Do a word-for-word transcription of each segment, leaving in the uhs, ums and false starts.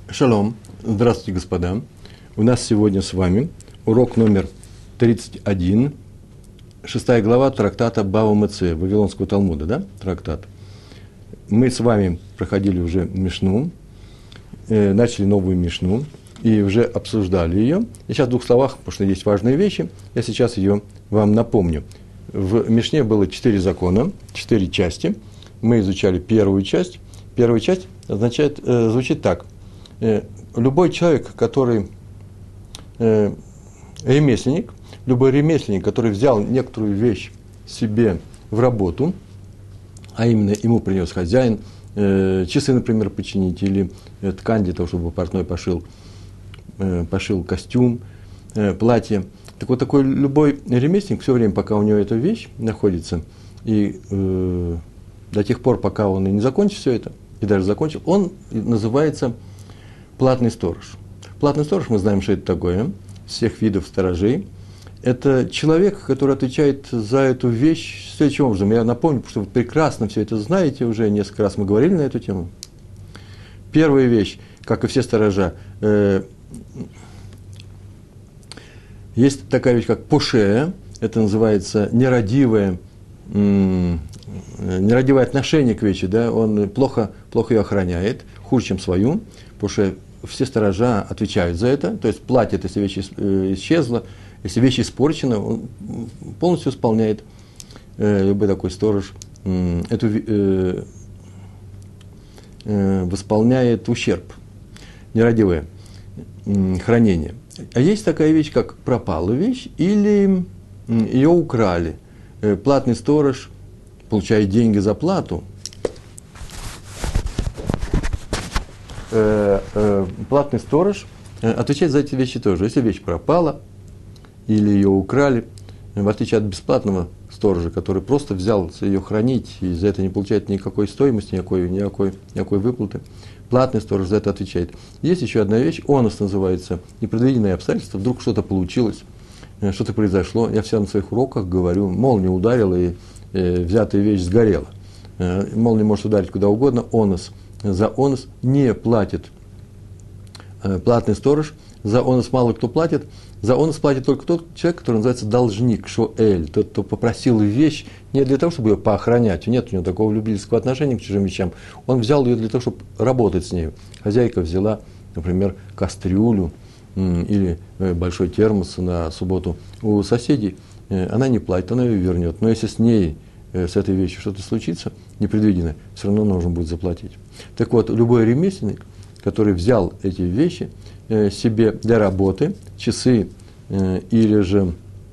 Шалом. Здравствуйте, господа. У нас сегодня с вами урок номер тридцать один, шестая глава трактата Бава Меция, Вавилонского Талмуда, да, трактат. Мы с вами проходили уже Мишну, э, начали новую Мишну и уже обсуждали ее. И сейчас в двух словах, потому что есть важные вещи, я сейчас ее вам напомню. В Мишне было четыре закона, четыре части. Мы изучали первую часть. Первая часть означает, э, звучит так. Любой человек, который э, ремесленник, любой ремесленник, который взял некоторую вещь себе в работу, а именно ему принес хозяин, э, часы, например, починить, или э, ткань для того, чтобы портной пошил, э, пошил костюм, э, платье. Так вот, такой любой ремесленник, все время, пока у него эта вещь находится, и э, до тех пор, пока он и не закончит все это, и даже закончил, он называется платный сторож. Платный сторож, мы знаем, что это такое, всех видов сторожей. Это человек, который отвечает за эту вещь следующим образом. Я напомню, потому что вы прекрасно все это знаете, уже несколько раз мы говорили на эту тему. Первая вещь, как и все сторожа, э, есть такая вещь, как поше, это называется нерадивое, м- нерадивое отношение к вещи, да? Он плохо, плохо ее охраняет, хуже, чем свою, потому что все сторожа отвечают за это, то есть платят, если вещь исчезла, если вещь испорчена, он полностью исполняет, э, любой такой сторож, э, эту, э, э, восполняет ущерб, нерадивое э, хранение. А есть такая вещь, как пропала вещь, или э, ее украли. Э, платный сторож получает деньги за плату. Э, э, платный сторож э, отвечает за эти вещи тоже. Если вещь пропала или ее украли, э, в отличие от бесплатного сторожа, который просто взял ее хранить и за это не получает никакой стоимости, никакой, никакой, никакой выплаты, платный сторож за это отвечает. Есть еще одна вещь, онос называется, непредвиденные обстоятельства, вдруг что-то получилось, э, что-то произошло. Я всегда на своих уроках говорю, молния ударила и э, взятая вещь сгорела. Э, молния может ударить куда угодно, онос. За онос не платит э, платный сторож, за онос мало кто платит, за онос платит только тот человек, который называется должник, шоэль, тот, кто попросил вещь не для того, чтобы ее поохранять, нет у него такого любительского отношения к чужим вещам, он взял ее для того, чтобы работать с ней. Хозяйка взяла, например, кастрюлю м, или э, большой термос на субботу у соседей, э, она не платит, она ее вернет, но если с ней, э, с этой вещью что-то случится, непредвиденное, все равно нужно будет заплатить. Так вот, любой ремесленник, который взял эти вещи э, себе для работы, часы э, или, же,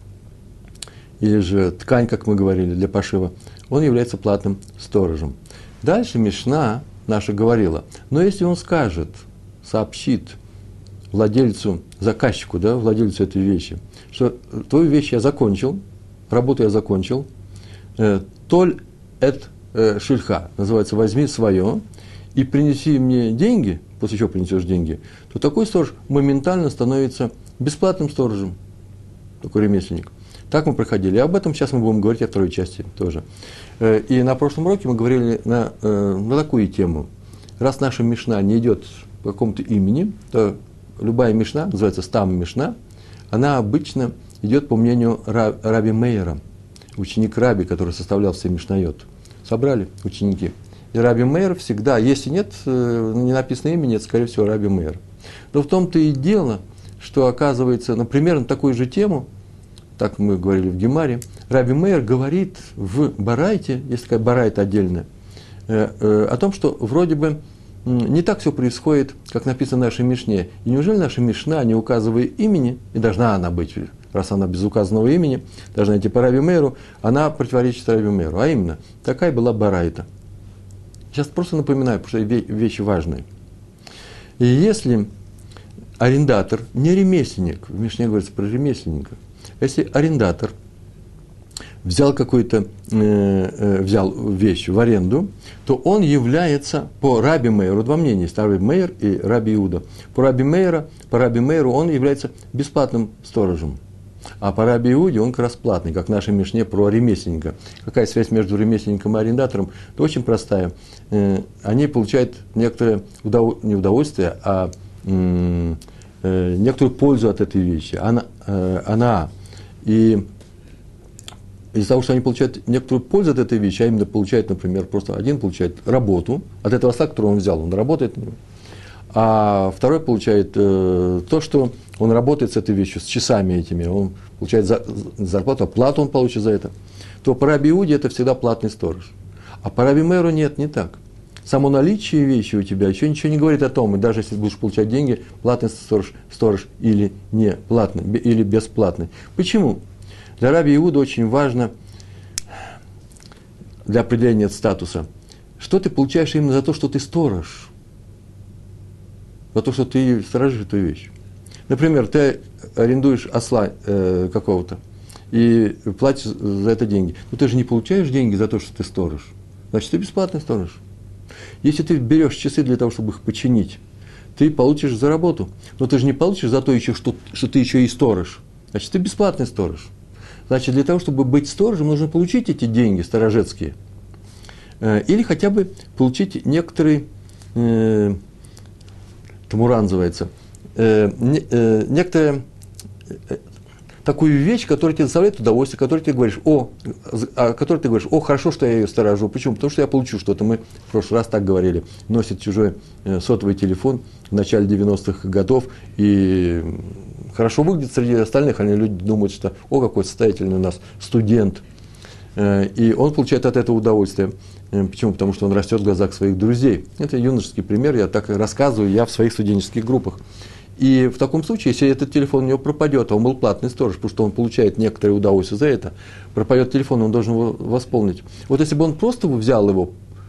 или же ткань, как мы говорили, для пошива, он является платным сторожем. Дальше Мишна наша говорила, но если он скажет, сообщит владельцу, заказчику, да, владельцу этой вещи, что твою вещь я закончил, работу я закончил, э, толь эт э, шильха, называется, возьми свое, и принеси мне деньги, после чего принесешь деньги, то такой сторож моментально становится бесплатным сторожем, такой ремесленник. Так мы проходили. И об этом сейчас мы будем говорить о второй части тоже. И на прошлом уроке мы говорили на, на такую тему. Раз наша Мишна не идет по какому-то имени, то любая Мишна, называется Стам Мишна, она обычно идет по мнению Раби Мейера, ученик Раби, который составлял все Мишнайот. Собрали ученики. И Раби Мейер всегда, если нет, не написано имя, нет, скорее всего, Раби Мейер. Но в том-то и дело, что оказывается, например, на такую же тему, так мы говорили в Гемаре, Раби Мейер говорит в Барайте, есть такая Барайта отдельная, о том, что вроде бы не так все происходит, как написано в нашей Мишне. И неужели наша Мишна, не указывая имени, и должна она быть, раз она без указанного имени, должна идти по Раби Мейеру, она противоречит Раби Мейеру. А именно, такая была Барайта. Сейчас просто напоминаю, потому что вещи важные. И если арендатор, не ремесленник, в Мишне говорится про ремесленника, если арендатор взял какую-то, э, э, взял вещь в аренду, то он является по Раби Мейеру, два мнения есть, Раби Мейер и Раби Иуда. По Раби Мейера, по Раби Мейеру он является бесплатным сторожем. А по Раби Иуде он как раз платный, как в нашей Мишне про ремесленника. Какая связь между ремесленником и арендатором? Это очень простая. Они получают некоторое удов... не удовольствие, а м, э, некоторую пользу от этой вещи. Она, э, она и из-за того, что они получают некоторую пользу от этой вещи, а именно получает, например, просто один получает работу от этого осла, которого он взял, он работает на него, а второй получает э, то, что он работает с этой вещью, с часами этими, он получает за, зарплату, плату он получит за это, то по Раби Иуде это всегда платный сторож. А по Раби Мейру нет, не так. Само наличие вещи у тебя еще ничего не говорит о том, и даже если будешь получать деньги, платный сторож, сторож или не платный, или бесплатный. Почему? Для Раби Иуда очень важно, для определения статуса, что ты получаешь именно за то, что ты сторож, за то, что ты сторожишь эту вещь. Например, ты арендуешь осла э, какого-то и платишь за это деньги. Но ты же не получаешь деньги за то, что ты сторож. Значит, ты бесплатный сторож. Если ты берешь часы для того, чтобы их починить, ты получишь за работу. Но ты же не получишь за то, еще, что, что ты еще и сторож. Значит, ты бесплатный сторож. Значит, для того, чтобы быть сторожем, нужно получить эти деньги сторожецкие. Или хотя бы получить некоторый, э, тамура называется, э, не, э, некоторая э, такую вещь, которая тебе доставляет удовольствие, которой ты говоришь, о, о которой ты говоришь, о, хорошо, что я ее сторожу. Почему? Потому что я получу что-то. Мы в прошлый раз так говорили. Носит чужой э, сотовый телефон в начале девяностых годов и хорошо выглядит среди остальных, они люди думают, что о, какой состоятельный у нас студент, и он получает от этого удовольствие. Почему? Потому что он растет в глазах своих друзей. Это юношеский пример, я так и рассказываю, я в своих студенческих группах. И в таком случае, если этот телефон у него пропадет, а он был платный сторож, потому что он получает некоторое удовольствие за это, пропадет телефон, он должен его восполнить. Вот если бы он просто взял его,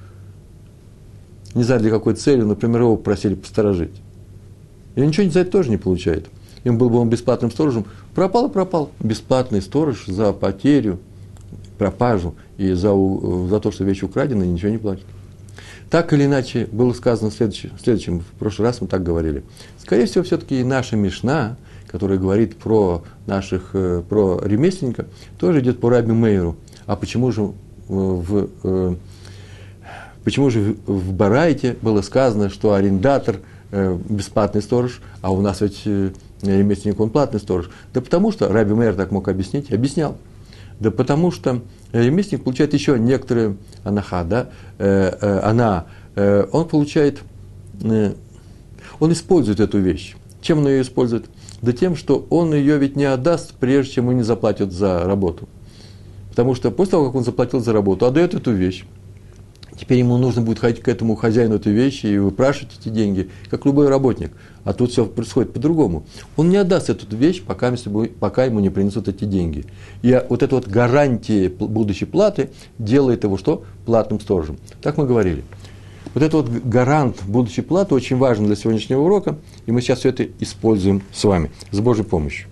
не знаю для какой цели, например, его просили посторожить, и ничего за это тоже не получает. Им был бы он бесплатным сторожем, пропал и пропал. Бесплатный сторож за потерю, пропажу и за, за то, что вещь украдена, ничего не платит. Так или иначе, было сказано следующее, следующем, в прошлый раз мы так говорили. Скорее всего, все-таки и наша Мишна, которая говорит про наших, про ремесленника, тоже идет по Раби Мейру. А почему же в, почему же в Барайте было сказано, что арендатор бесплатный сторож, а у нас ведь ремесленник, он платный сторож? Да потому что, Раби Мейр так мог объяснить, объяснял. Да потому что ремесленник получает еще некоторые анаха, да, э, э, она, э, он получает, э, он использует эту вещь. Чем он ее использует? Да тем, что он ее ведь не отдаст, прежде чем ему не заплатят за работу. Потому что после того, как он заплатил за работу, отдает эту вещь. Теперь ему нужно будет ходить к этому хозяину этой вещи и выпрашивать эти деньги, как любой работник. А тут все происходит по-другому. Он не отдаст эту вещь, пока, пока ему не принесут эти деньги. И вот эта вот гарантия будущей платы делает его что? Платным сторожем. Так мы говорили. Вот этот вот гарант будущей платы очень важен для сегодняшнего урока, и мы сейчас все это используем с вами, с Божьей помощью.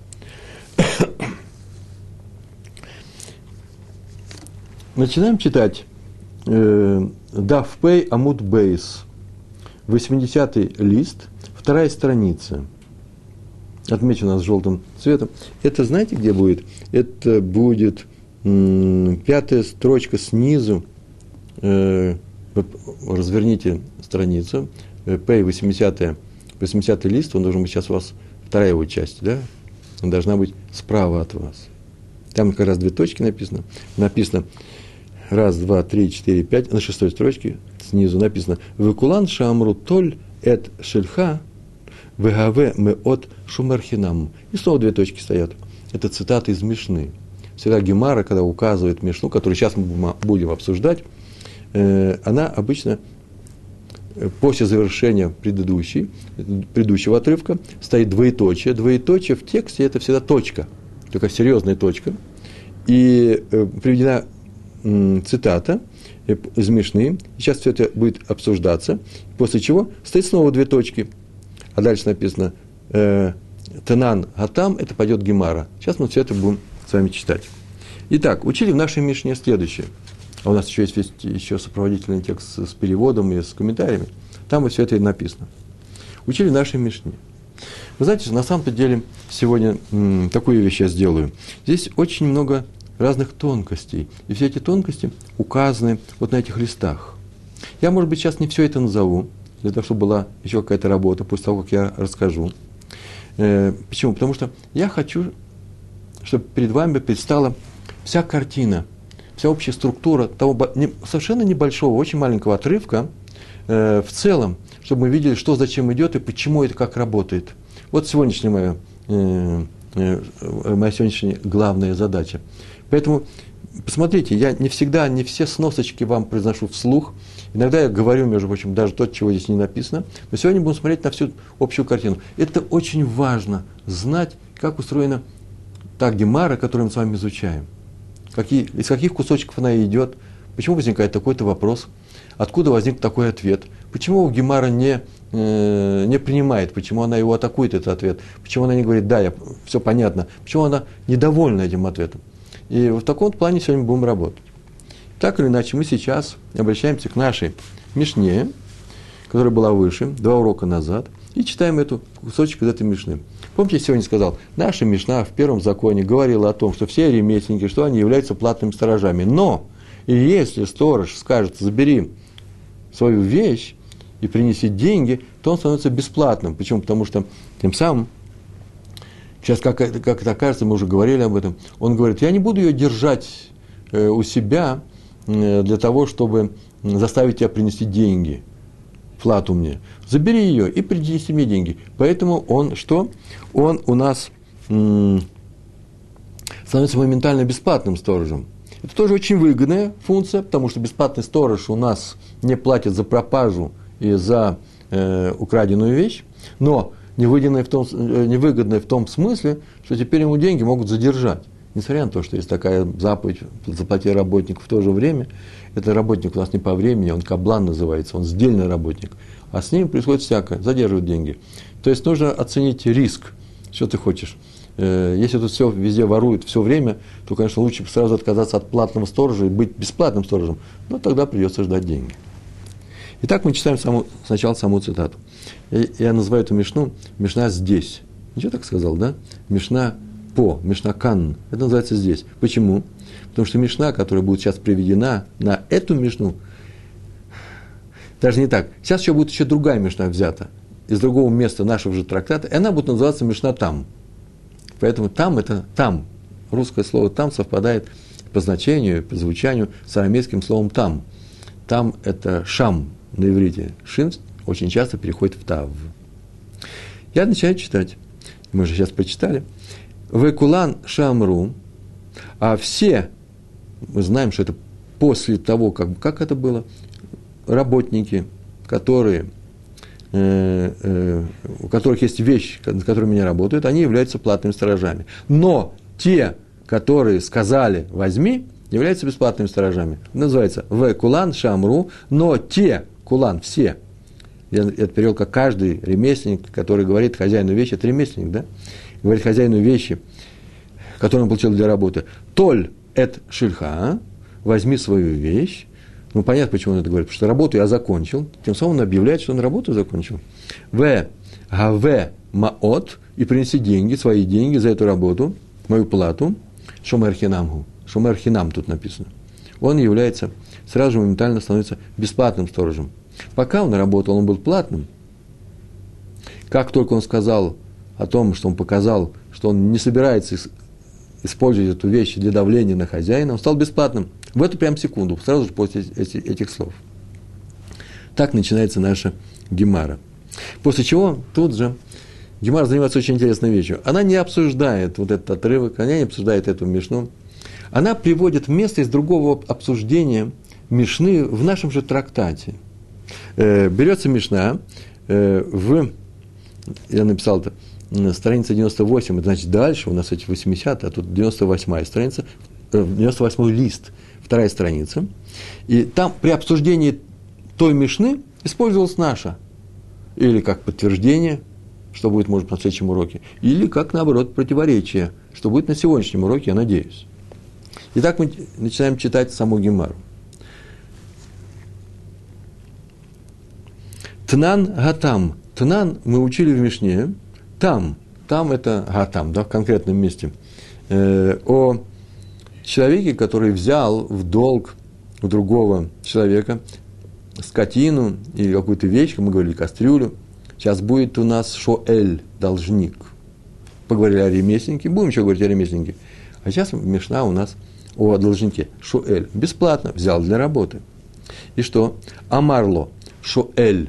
Начинаем читать. Даф Пей Амуд Бейс, восьмидесятый лист, вторая страница, отмечена у нас желтым цветом. Это знаете, где будет? Это будет м, пятая строчка снизу, э, разверните страницу, Пей, восьмидесятый лист, он должен быть сейчас у вас, вторая его часть, да? Он должна быть справа от вас. Там как раз две точки написано, написано, раз, два, три, четыре, пять, на шестой строчке снизу написано «Векулан шамру толь эт шельха вегаве меот шумерхинам». И снова две точки стоят. Это цитата из Мишны. Всегда Гемара, когда указывает Мишну, которую сейчас мы будем обсуждать, э, она обычно после завершения предыдущей, предыдущего отрывка стоит двоеточие. Двоеточие в тексте – это всегда точка, такая серьезная точка. И э, приведена цитата из Мишны, сейчас все это будет обсуждаться, после чего стоит снова две точки, а дальше написано э, «Танан Гатам», это пойдет Гемара. Сейчас мы все это будем с вами читать. Итак, учили в нашей Мишне следующее, а у нас еще есть еще сопроводительный текст с переводом и с комментариями, там вот все это и написано. Учили в нашей Мишне. Вы знаете, на самом-то деле сегодня м, такую вещь я сделаю. Здесь очень много разных тонкостей. И все эти тонкости указаны вот на этих листах. Я, может быть, сейчас не все это назову. для того, чтобы была еще какая-то работа, после того, как я расскажу. Почему? Потому что я хочу, чтобы перед вами предстала вся картина, вся общая структура того совершенно небольшого, очень маленького отрывка в целом, чтобы мы видели, что зачем идет и почему это как работает. Вот сегодняшняя моя, моя сегодняшняя главная задача. Поэтому посмотрите, я не всегда, не все сносочки вам произношу вслух. Иногда я говорю, между прочим, даже то, чего здесь не написано. Но сегодня будем смотреть на всю общую картину. Это очень важно, знать, как устроена та гемара, которую мы с вами изучаем. Какие, из каких кусочков она идет, почему возникает такой-то вопрос, откуда возник такой ответ, почему гемара не, э, не принимает, почему она его атакует, этот ответ, почему она не говорит, да, я, все понятно, почему она недовольна этим ответом. И в таком плане сегодня будем работать. Так или иначе, мы сейчас обращаемся к нашей Мишне, которая была выше, два урока назад, и читаем эту кусочек из этой Мишны. Помните, я сегодня сказал, наша Мишна в первом законе говорила о том, что все ремесленники, что они являются платными сторожами. Но, и если сторож скажет, забери свою вещь и принеси деньги, то он становится бесплатным. Почему? Потому что тем самым, сейчас, как, как это окажется, мы уже говорили об этом, он говорит, я не буду ее держать э, у себя э, для того, чтобы заставить тебя принести деньги, плату мне. Забери ее и принеси мне деньги. Поэтому он что? Он у нас м- становится моментально бесплатным сторожем. Это тоже очень выгодная функция, потому что бесплатный сторож у нас не платит за пропажу и за э, украденную вещь, но невыгодная в, том, невыгодная в том смысле, что теперь ему деньги могут задержать. Несмотря на то, что есть такая заповедь заплати работнику в то же время, это работник у нас не по времени, он каблан называется, он сдельный работник, а с ним происходит всякое, задерживают деньги. То есть нужно оценить риск, что ты хочешь. Если тут все везде воруют все время, то, конечно, лучше сразу отказаться от платного сторожа и быть бесплатным сторожем, но тогда придется ждать деньги. Итак, мы читаем саму, сначала саму цитату. Я, я называю эту Мишну Мишна здесь. Ничего так сказал, да? Мишна по, Мишна кан. Это называется здесь. Почему? Потому что Мишна, которая будет сейчас приведена на эту Мишну, даже не так. Сейчас еще будет еще другая Мишна взята из другого места нашего же трактата, и она будет называться Мишна там. Поэтому там это там. Русское слово там совпадает по значению, по звучанию с арамейским словом там. Там это шам на иврите. Шин очень часто переходит в тав. Я начинаю читать. Мы же сейчас прочитали. Векулан шамру. А все, мы знаем, что это после того, как, как это было, работники, которые, э, э, у которых есть вещи, над которыми они работают, они являются платными сторожами. Но те, которые сказали «возьми», являются бесплатными сторожами. Называется «в кулан шамру», но те, кулан, все, я это перевел как каждый ремесленник, который говорит хозяину вещи, это ремесленник, да? Говорит хозяину вещи, которую он получил для работы, «толь эт шильха», возьми свою вещь. Ну, понятно, почему он это говорит, потому что работу я закончил, тем самым он объявляет, что он работу закончил. «В гаве маот», и принеси деньги, свои деньги за эту работу, мою плату, шомер хинамгу, шомер хинам тут написано. Он является, сразу же моментально становится бесплатным сторожем. Пока он работал, он был платным. Как только он сказал о том, что он показал, что он не собирается использовать эту вещь для давления на хозяина, он стал бесплатным. В эту прям секунду, сразу же после этих, этих слов. Так начинается наша гемара. После чего тут же гемара занимается очень интересной вещью. Она не обсуждает вот этот отрывок, она не обсуждает эту мишну. Она приводит место из другого обсуждения мишны в нашем же трактате. Э, берется мишна э, в, я написал это, страница девяносто восемь, это значит дальше, у нас эти восьмидесятые, а тут девяносто восьмая страница, э, девяносто восьмой лист, вторая страница. И там при обсуждении той мишны использовалась наша. Или как подтверждение, что будет, может, на следующем уроке, или как, наоборот, противоречие, что будет на сегодняшнем уроке, я надеюсь. Итак, мы начинаем читать саму гемару. Тнан гатам. Тнан мы учили в Мишне. Там. Там это гатам, да, в конкретном месте. Э, о человеке, который взял в долг у другого человека скотину или какую-то вещь, как мы говорили, кастрюлю. Сейчас будет у нас шоэль, должник. Поговорили о ремесленнике, будем еще говорить о ремесленнике. А сейчас мишна у нас о должнике. Шоэль. Бесплатно взял для работы. И что? Амарло. Шоэль.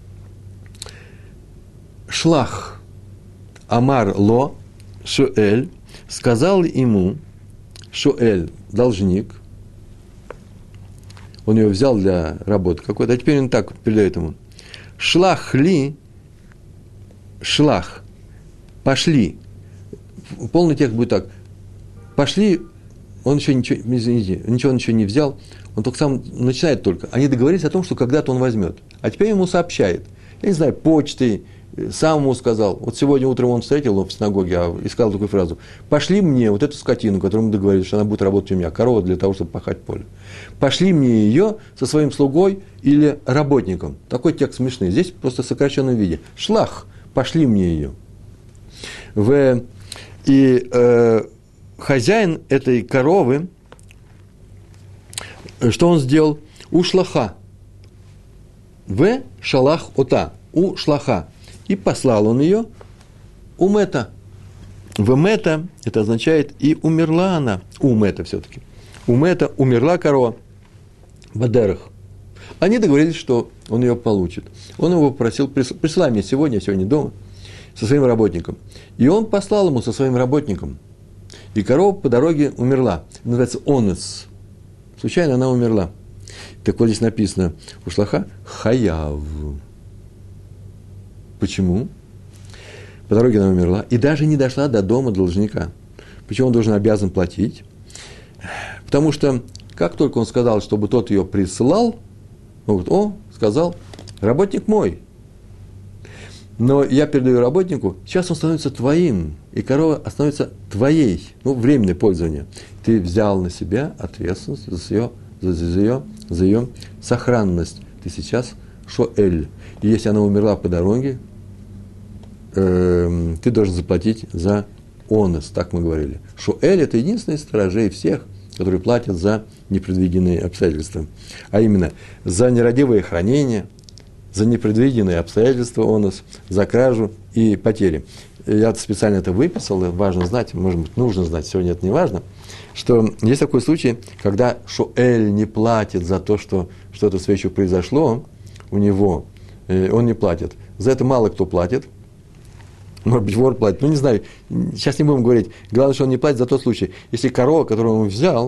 Шлах. Амарло. Шоэль. Сказал ему, Шоэль, должник, он ее взял для работы какой-то, а теперь он так передает ему. Шлах ли, шлах, пошли. Полный текст будет так. Пошли, он еще ничего, извините, ничего он еще не взял, он только сам начинает только. Они договорились о том, что когда-то он возьмет. А теперь ему сообщает. Я не знаю, почтой, сам ему сказал. Вот сегодня утром он встретил его в синагоге а, и сказал такую фразу. Пошли мне вот эту скотину, которую мы договорились, что она будет работать у меня, корова для того, чтобы пахать поле. Пошли мне ее со своим слугой или работником. Такой текст смешный. Здесь просто в сокращенном виде. Шлах, пошли мне ее. В, и э, хозяин этой коровы, что он сделал? У шлаха. В шалах ота. У шлаха. И послал он ее у мета. В мета это означает и умерла она. У мета все-таки. У мета умерла корова в адерах. Они договорились, что он ее получит. Он его попросил, присылай мне сегодня, я сегодня дома, со своим работником. И он послал ему со своим работником. И корова по дороге умерла. Называется онес. Случайно она умерла. Так вот здесь написано у шлаха хаяв. Почему? По дороге она умерла и даже не дошла до дома должника. Почему он должен обязан платить? Потому что, как только он сказал, чтобы тот ее присылал, он говорит, о, сказал, работник мой. Но я передаю работнику, сейчас он становится твоим, и корова становится твоей, ну, временное пользование. Ты взял на себя ответственность за ее, за, за ее, за ее сохранность. Ты сейчас шоэль. И если она умерла по дороге, э, ты должен заплатить за онес, так мы говорили. Шоэль – это единственный из сторожей всех, которые платят за непредвиденные обстоятельства. А именно, за нерадивое хранение, за непредвиденные обстоятельства онес, за кражу и потери. Я специально это выписал, важно знать, может быть, нужно знать, сегодня это не важно, что есть такой случай, когда шоэль не платит за то, что что-то с вещью произошло у него, он не платит. За это мало кто платит. Может быть, вор платит. Ну, не знаю. Сейчас не будем говорить. Главное, что он не платит за тот случай. Если корова, которую он взял,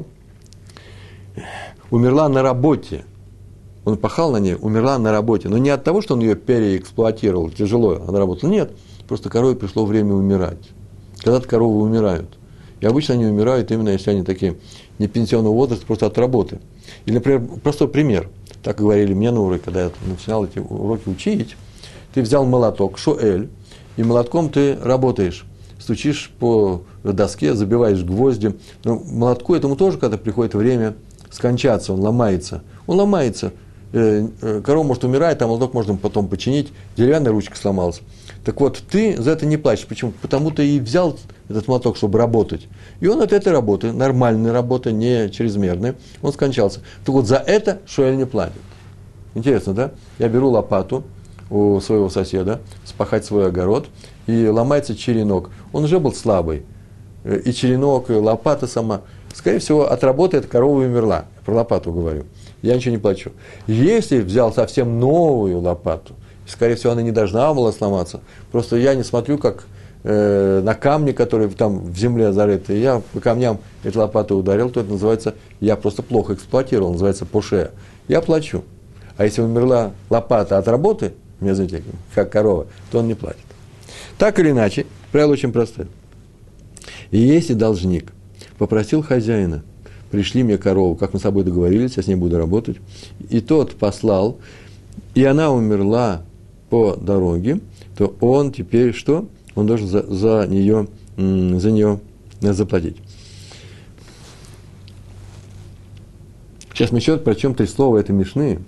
умерла на работе. Он пахал на ней, умерла на работе. Но не от того, что он ее переэксплуатировал, тяжело она работала. Нет. Просто корове пришло время умирать. Когда-то коровы умирают. И обычно они умирают именно, если они такие не пенсионного возраста, просто от работы. Или, например, простой пример. Так говорили мне на уроке, когда я начинал эти уроки учить. Ты взял молоток, шоэль, и молотком ты работаешь. Стучишь по доске, забиваешь гвозди. Но молотку этому тоже, когда приходит время скончаться, он ломается. Он ломается. Корова может умирать, а молоток можно потом починить. Деревянная ручка сломалась. Так вот, ты за это не платишь. Почему? Потому ты и взял этот молоток, чтобы работать. И он от этой работы, нормальной работы, не чрезмерной, он скончался. Так вот, за это шоэль не платит. Интересно, да? Я беру лопату у своего соседа, спахать свой огород, и ломается черенок. Он уже был слабый. И черенок, и лопата сама. Скорее всего, от работы эта корова умерла. Я про лопату говорю. Я ничего не плачу. Если взял совсем новую лопату, скорее всего, она не должна была сломаться. Просто я не смотрю, как э, на камни, которые там в земле зарыты. Я по камням этой лопатой ударил, то это называется, я просто плохо эксплуатировал, называется поше. Я плачу. А если умерла лопата от работы, меня знаете, как корова, то он не платит. Так или иначе, правило очень простое. И если должник попросил хозяина, пришли мне корову, как мы с собой договорились, я с ней буду работать, и тот послал, и она умерла по дороге, то он теперь что? Он должен за, за, нее, за нее заплатить. Сейчас мы еще прочтем три слова этой мишны.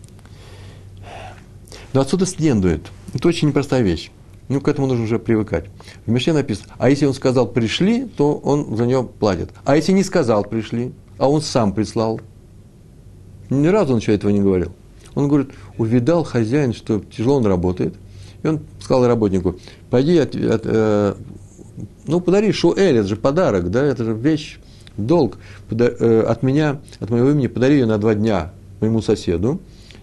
Но отсюда следует, это очень непростая вещь. Ну, к этому нужно уже привыкать. В Мишне написано, а если он сказал «пришли», то он за нее платит. А если не сказал «пришли», а он сам прислал, ни разу он еще этого не говорил. Он говорит, увидал хозяин, что тяжело он работает, и он сказал работнику, пойди, от, от, э, ну, подари шуэль, это же подарок, да, это же вещь, долг, пода, э, от меня, от моего имени подари ее на два дня моему соседу,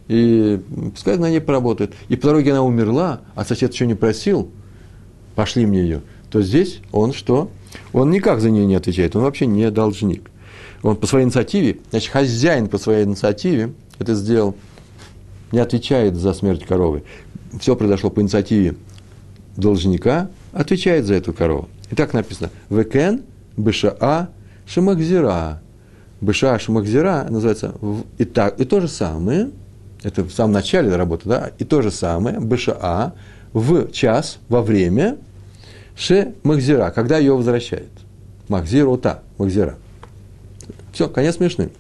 и пускай на ней поработает. И по дороге она умерла, а сосед еще не просил, пошли мне ее. То здесь он что? Он никак за нее не отвечает, он вообще не должник. Он по своей инициативе, значит, хозяин по своей инициативе это сделал, не отвечает за смерть коровы. Все произошло по инициативе должника, отвечает за эту корову. И так написано: «Векен бешаа шемахзира». Бешаа шемахзира называется и, так, и то же самое, это в самом начале работы, да, и то же самое, бешаа, в час, во время, шемахзира, когда ее возвращает. Махзирота, махзира. Все, конец смешный.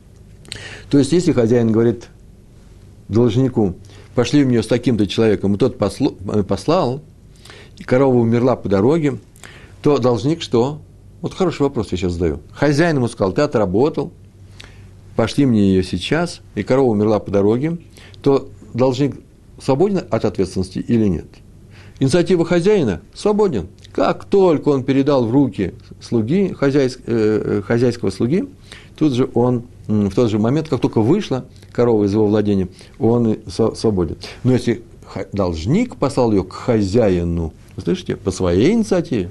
То есть, если хозяин говорит должнику, пошли в нее с таким-то человеком, и тот послал, и корова умерла по дороге, то должник что? Вот хороший вопрос я сейчас задаю. Хозяин ему сказал, ты отработал, пошли мне ее сейчас, и корова умерла по дороге, то должник свободен от ответственности или нет? Инициатива хозяина свободен. Как только он передал в руки слуги, хозяйск, э, хозяйского слуги, тут же он, в тот же момент, как только вышла корова из его владения, он свободен. Но если должник послал ее к хозяину, вы слышите, по своей инициативе,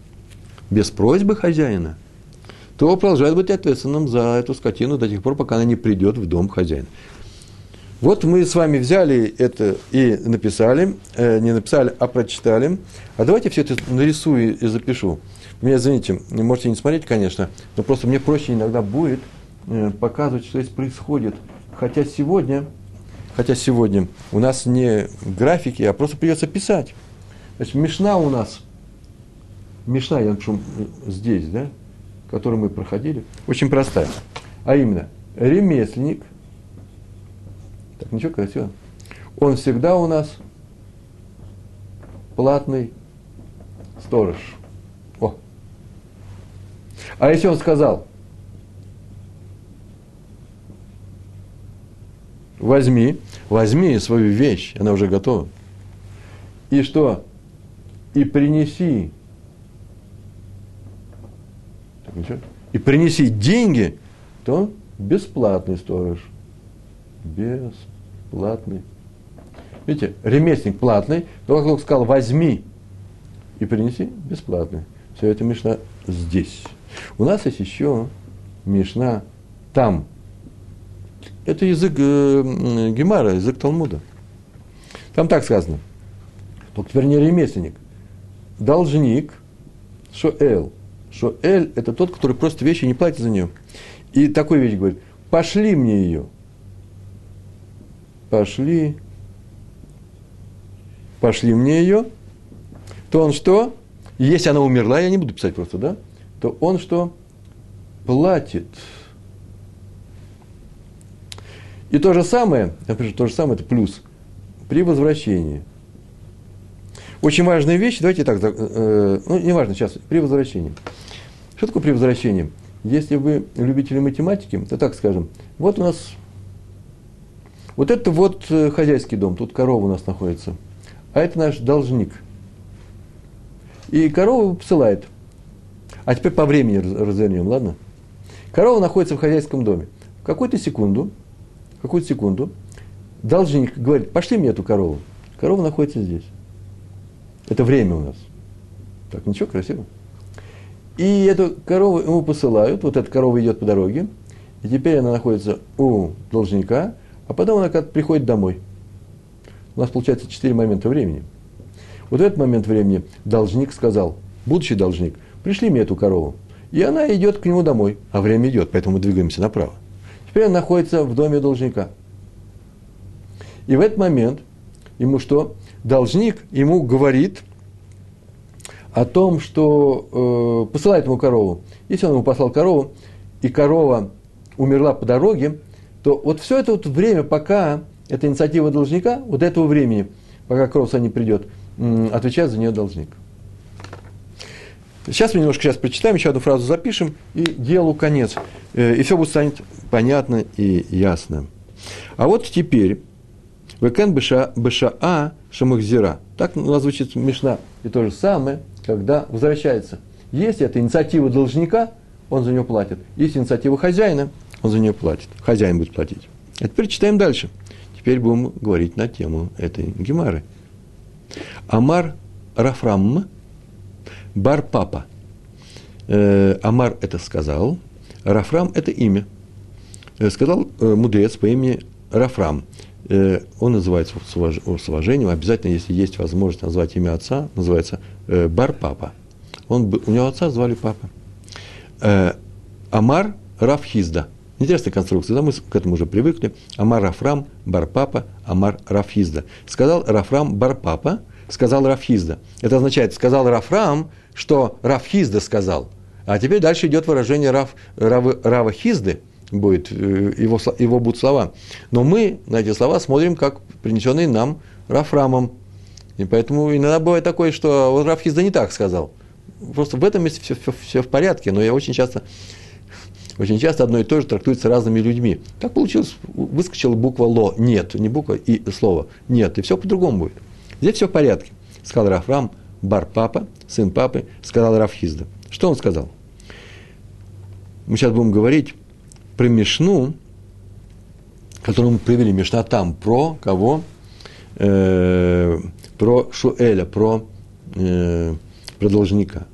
без просьбы хозяина, то продолжает быть ответственным за эту скотину до тех пор, пока она не придет в дом хозяина. Вот мы с вами взяли это и написали, э, не написали, а прочитали. А давайте все это нарисую и запишу. Меня, извините, можете не смотреть, конечно, но просто мне проще иногда будет э, показывать, что здесь происходит. Хотя сегодня, хотя сегодня у нас не графики, а просто придется писать. Значит, Мишна у нас, Мишна, я напишу здесь, да, которую мы проходили, очень простая. А именно, ремесленник, так, ничего, красиво, он всегда у нас платный сторож. О. А если он сказал, возьми, возьми свою вещь, она уже готова, и что? И принеси, так, ничего, и принеси деньги, то он бесплатный сторож. Бесплатный. Видите, ремесленник платный, но как только сказал, возьми и принеси, бесплатный. Все это Мишна здесь. У нас есть еще Мишна там. Это язык э, Гемара, язык Талмуда. Там так сказано. Только теперь не ремесленник. Должник, шоэль. Шоэль – это тот, который просит вещи и не платит за нее. И такую вещь говорит, пошли мне ее. Пошли, пошли мне ее, то он что? Если она умерла, я не буду писать просто, да? То он что? Платит. И то же самое, я пишу, то же самое, это плюс, при возвращении. Очень важная вещь, давайте так, э, ну, не важно сейчас, при возвращении. Что такое при возвращении? Если вы любители математики, то так скажем, вот у нас... Вот это вот хозяйский дом, тут корова у нас находится, а это наш должник. И корову посылает. А теперь по времени развернем, ладно? Корова находится в хозяйском доме. В какую-то секунду, в какую-то секунду должник говорит, пошли мне эту корову. Корова находится здесь. Это время у нас. Так, ничего, красиво. И эту корову ему посылают, вот эта корова идет по дороге, и теперь она находится у должника, а потом она как-то приходит домой. У нас получается четыре момента времени. Вот в этот момент времени должник сказал, будущий должник, пришли мне эту корову. И она идет к нему домой. А время идет, поэтому мы двигаемся направо. Теперь она находится в доме должника. И в этот момент ему что? Должник ему говорит о том, что э, посылает ему корову. Если он ему послал корову, и корова умерла по дороге, то вот все это вот время, пока это инициатива должника, вот этого времени, пока корова не придет, отвечает за нее должник. Сейчас мы немножко сейчас прочитаем, еще одну фразу запишем, и делу конец. И все будет станет понятно и ясно. А вот теперь Векен бешаа шамахзира. Так у нас звучит Мишна. И то же самое, когда возвращается. Если это инициатива должника, он за нее платит. Если инициатива хозяина, он за нее платит. Хозяин будет платить. А теперь читаем дальше. Теперь будем говорить на тему этой гемары. Амар Рафрам бар папа. Э, Амар это сказал. Рафрам это имя. Э, сказал э, мудрец по имени Рафрам. Э, он называется с, уваж, с уважением. Обязательно, если есть возможность назвать имя отца, называется э, бар папа. Он, у него отца звали папа. Э, Амар Рафхизда. Интересная конструкция, да, мы к этому уже привыкли. Амар Рафрам, Бар-папа, Амар Рафхизда. Сказал Рафрам Бар-папа, сказал Рафхизда. Это означает, сказал Рафрам, что Рафхизда сказал. А теперь дальше идет выражение Рав, Рав, Рава Хизды, будет, его, его будут слова. Но мы на эти слова смотрим, как принесенные нам Рафрамом. И поэтому иногда бывает такое, что вот Рафхизда не так сказал. Просто в этом месте все, все, все в порядке, но я очень часто... Очень часто одно и то же трактуется разными людьми. Так получилось, выскочила буква «ло», «нет», не буква и слово «нет», и все по-другому будет. Здесь все в порядке. Сказал Рафрам, бар-папа, сын папы, сказал Рафхизда. Что он сказал? Мы сейчас будем говорить про Мишну, которую мы привели, Мишна там, про кого? Э, про Шуэля, про, э, про должника.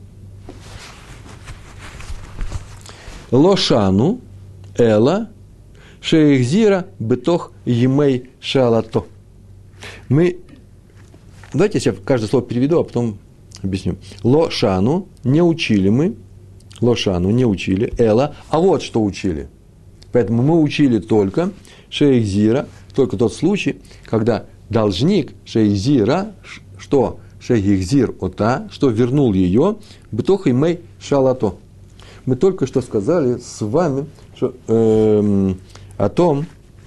Лошану, эла, шейхзира, бетох, емей, шалато. Мы, давайте я каждое слово переведу, а потом объясню. Лошану, не учили мы, лошану, не учили, эла, а вот что учили. Поэтому мы учили только шейхзира, только тот случай, когда должник шейхзира, что шейхзир ота, что вернул ее, бетох, емей, шалато. Мы только что сказали с вами что, э, о том,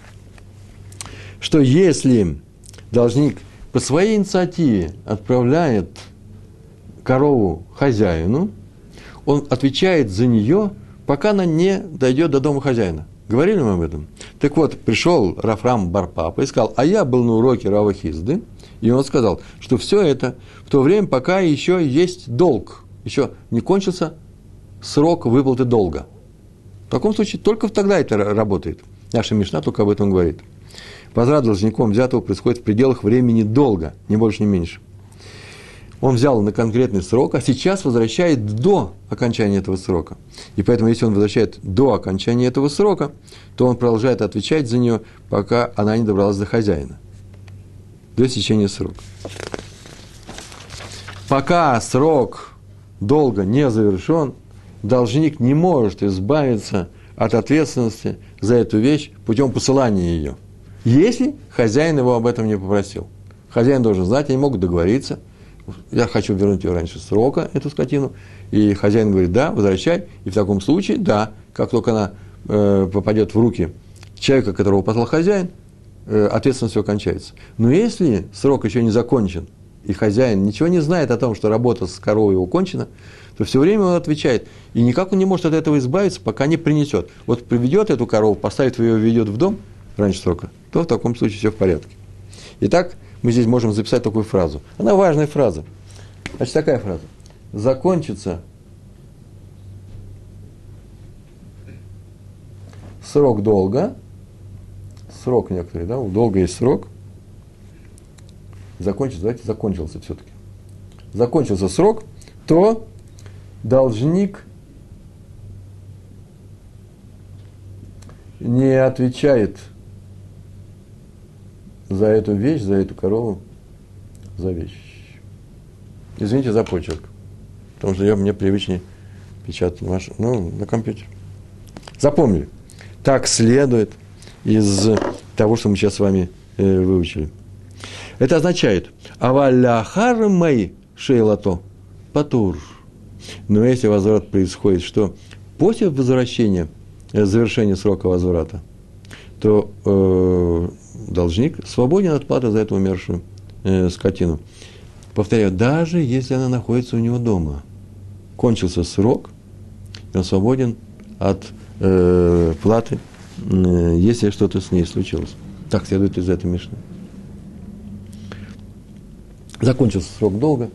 что если должник по своей инициативе отправляет корову хозяину, он отвечает за нее, пока она не дойдет до дома хозяина. Говорили мы об этом? Так вот, пришел Рафрам бар-папа и сказал, а я был на уроке Рава Хизды, и он сказал, что все это в то время, пока еще есть долг, еще не кончился срок выплаты долга. В таком случае только тогда это работает. Наша Мишна только об этом говорит. Возврат должником взятого происходит в пределах времени долга, ни больше, ни меньше. Он взял на конкретный срок, а сейчас возвращает до окончания этого срока. И поэтому, если он возвращает до окончания этого срока, то он продолжает отвечать за нее, пока она не добралась до хозяина. До истечения срока. Пока срок долга не завершен, должник не может избавиться от ответственности за эту вещь путем посылания ее, если хозяин его об этом не попросил. Хозяин должен знать, они могут договориться, я хочу вернуть ее раньше срока, эту скотину, и хозяин говорит, да, возвращай, и в таком случае, да, как только она э, попадет в руки человека, которого послал хозяин, э, ответственность его кончается. Но если срок еще не закончен, и хозяин ничего не знает о том, что работа с коровой его кончена, то все время он отвечает, и никак он не может от этого избавиться, пока не принесет. Вот приведет эту корову, поставит ее, ведет в дом раньше срока, то в таком случае все в порядке. Итак, мы здесь можем записать такую фразу. Она важная фраза. Значит, такая фраза. Закончится срок долга, срок некоторый, да, у долга есть срок. Закончится, давайте закончился все-таки. Закончился срок, то должник не отвечает за эту вещь, за эту корову, за вещь. Извините за почерк, потому что я, мне привычнее печатать на, маш... ну, на компьютере. Запомнили. Так следует из того, что мы сейчас с вами э, выучили. Это означает «Аваляхар мэй шейлато патур». Но если возврат происходит, что после возвращения, завершения срока возврата, то э, должник свободен от платы за эту умершую э, скотину. Повторяю, даже если она находится у него дома. Кончился срок, и он свободен от э, платы, э, если что-то с ней случилось. Так следует из этой Мишны. Закончился срок долга.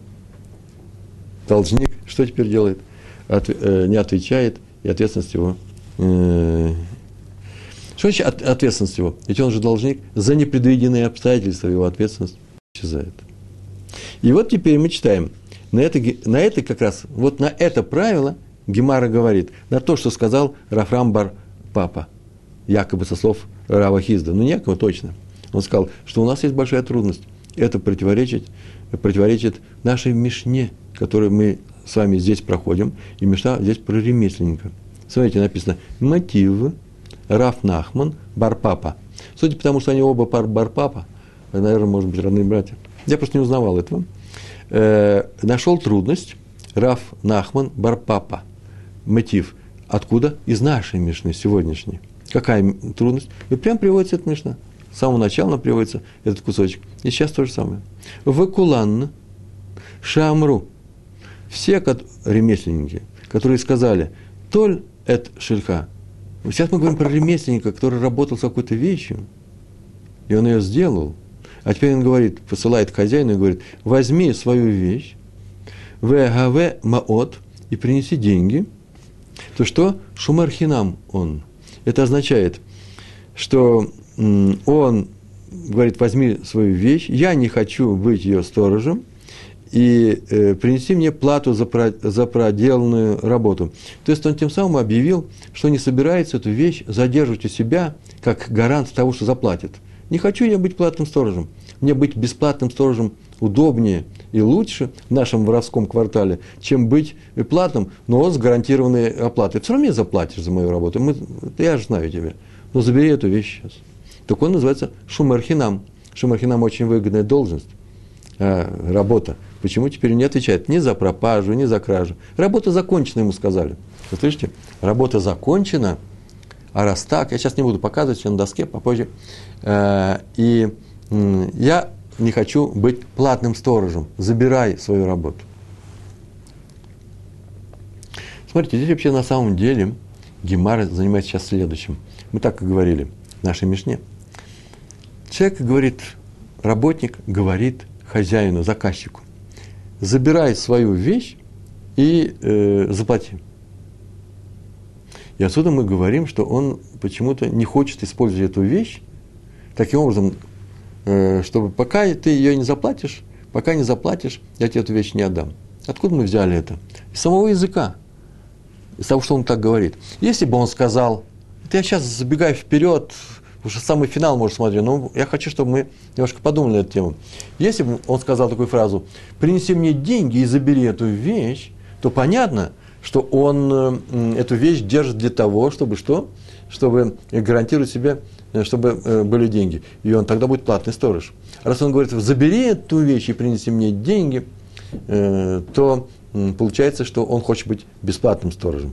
Должник что теперь делает? От, э, не отвечает, и ответственность его... Э, что значит от, ответственность его? Ведь он же должник, за непредвиденные обстоятельства его ответственность исчезает. И вот теперь мы читаем, на это, на это как раз, вот на это правило Гемара говорит, на то, что сказал Рафрам бар Папа, якобы со слов Рава Хизда, ну не якобы точно. Он сказал, что у нас есть большая трудность, это противоречит, противоречит нашей Мишне, которую мы с вами здесь проходим, и Мишна здесь про ремесленника. Смотрите, написано «Мотив Рав Нахман бар Папа». Судя по тому, что они оба пар бар Папа, наверное, может быть, родные братья. Я просто не узнавал этого. Э, нашел трудность Рав Нахман бар Папа. Мотив. Откуда? Из нашей Мишны, сегодняшней. Какая трудность? И прям приводится эта Мишна. С самого начала приводится этот кусочек. И сейчас то же самое. Вакуланна Шамру. Все ремесленники, которые сказали, толь эт шельха. Сейчас мы говорим про ремесленника, который работал с какой-то вещью, и он ее сделал. А теперь он говорит, посылает к хозяину и говорит, возьми свою вещь, вгв маот, и принеси деньги. То что? Шумер хинам он. Это означает, что он говорит, возьми свою вещь, я не хочу быть ее сторожем, и э, принеси мне плату за, про, за проделанную работу. То есть он тем самым объявил, что не собирается эту вещь задерживать у себя как гарант того, что заплатит. Не хочу я быть платным сторожем. Мне быть бесплатным сторожем удобнее и лучше в нашем воровском квартале, чем быть платным, но с гарантированной оплатой. Все равно мне заплатишь за мою работу. Мы, я же знаю тебя. Но забери эту вещь сейчас. Так он называется шумер хинам. Шумер хинам очень выгодная должность, а, работа. Почему теперь не отвечает ни за пропажу, ни за кражу? Работа закончена, ему сказали. Вы слышите? Работа закончена, а раз так, я сейчас не буду показывать, все на доске, попозже. Э, и э, я не хочу быть платным сторожем. Забирай свою работу. Смотрите, здесь вообще на самом деле Гемара занимается сейчас следующим. Мы так и говорили в нашей Мишне. Человек говорит, работник говорит хозяину, заказчику, забирай свою вещь и э, заплати. И отсюда мы говорим, что он почему-то не хочет использовать эту вещь таким образом, э, чтобы пока ты ее не заплатишь, пока не заплатишь, я тебе эту вещь не отдам. Откуда мы взяли это? Из самого языка, из того, что он так говорит. Если бы он сказал, это я сейчас забегаю вперед, уже самый финал, может, смотреть, но я хочу, чтобы мы немножко подумали на эту тему. Если бы он сказал такую фразу, принеси мне деньги и забери эту вещь, то понятно, что он эту вещь держит для того, чтобы что? Чтобы гарантировать себе, чтобы были деньги. И он тогда будет платный сторож. Раз он говорит, забери эту вещь и принеси мне деньги, то получается, что он хочет быть бесплатным сторожем.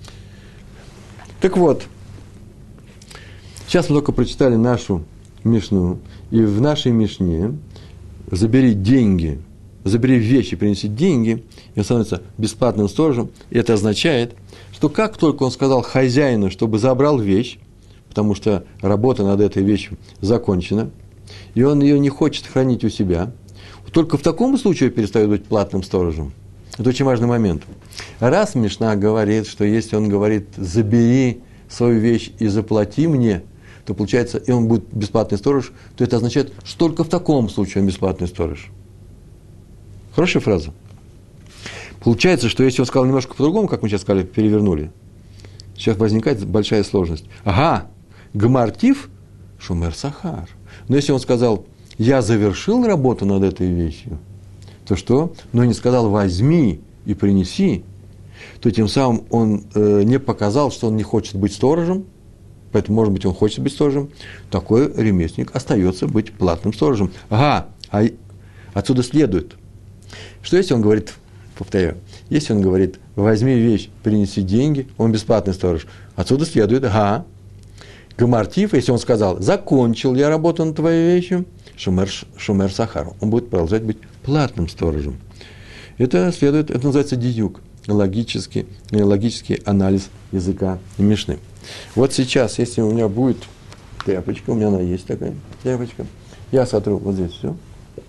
Так вот, сейчас мы только прочитали нашу Мишну, и в нашей Мишне забери деньги, забери вещи, принеси деньги, и он становится бесплатным сторожем. И это означает, что как только он сказал хозяину, чтобы забрал вещь, потому что работа над этой вещью закончена, и он ее не хочет хранить у себя, только в таком случае перестает быть платным сторожем. Это очень важный момент. Раз Мишна говорит, что если он говорит, забери свою вещь и заплати мне, то получается, и он будет бесплатный сторож, то это означает, что только в таком случае он бесплатный сторож. Хорошая фраза. Получается, что если он сказал немножко по-другому, как мы сейчас сказали, перевернули, сейчас возникает большая сложность. Ага, гмартив шумер сахар. Но если он сказал, я завершил работу над этой вещью, то что? Но не сказал, возьми и принеси, то тем самым он э, не показал, что он не хочет быть сторожем, поэтому, может быть, он хочет быть сторожем, такой ремесленник остается быть платным сторожем. Ага, а отсюда следует, что если он говорит, повторяю, если он говорит, возьми вещь, принеси деньги, он бесплатный сторож, отсюда следует, ага, гмартив, если он сказал, закончил я работу над твоей вещью, шумер, шумер сахар, он будет продолжать быть платным сторожем. Это следует, это называется диюк, логический, логический анализ языка Мишны. Вот сейчас, если у меня будет тряпочка, у меня она есть такая тряпочка. Я сотру вот здесь все,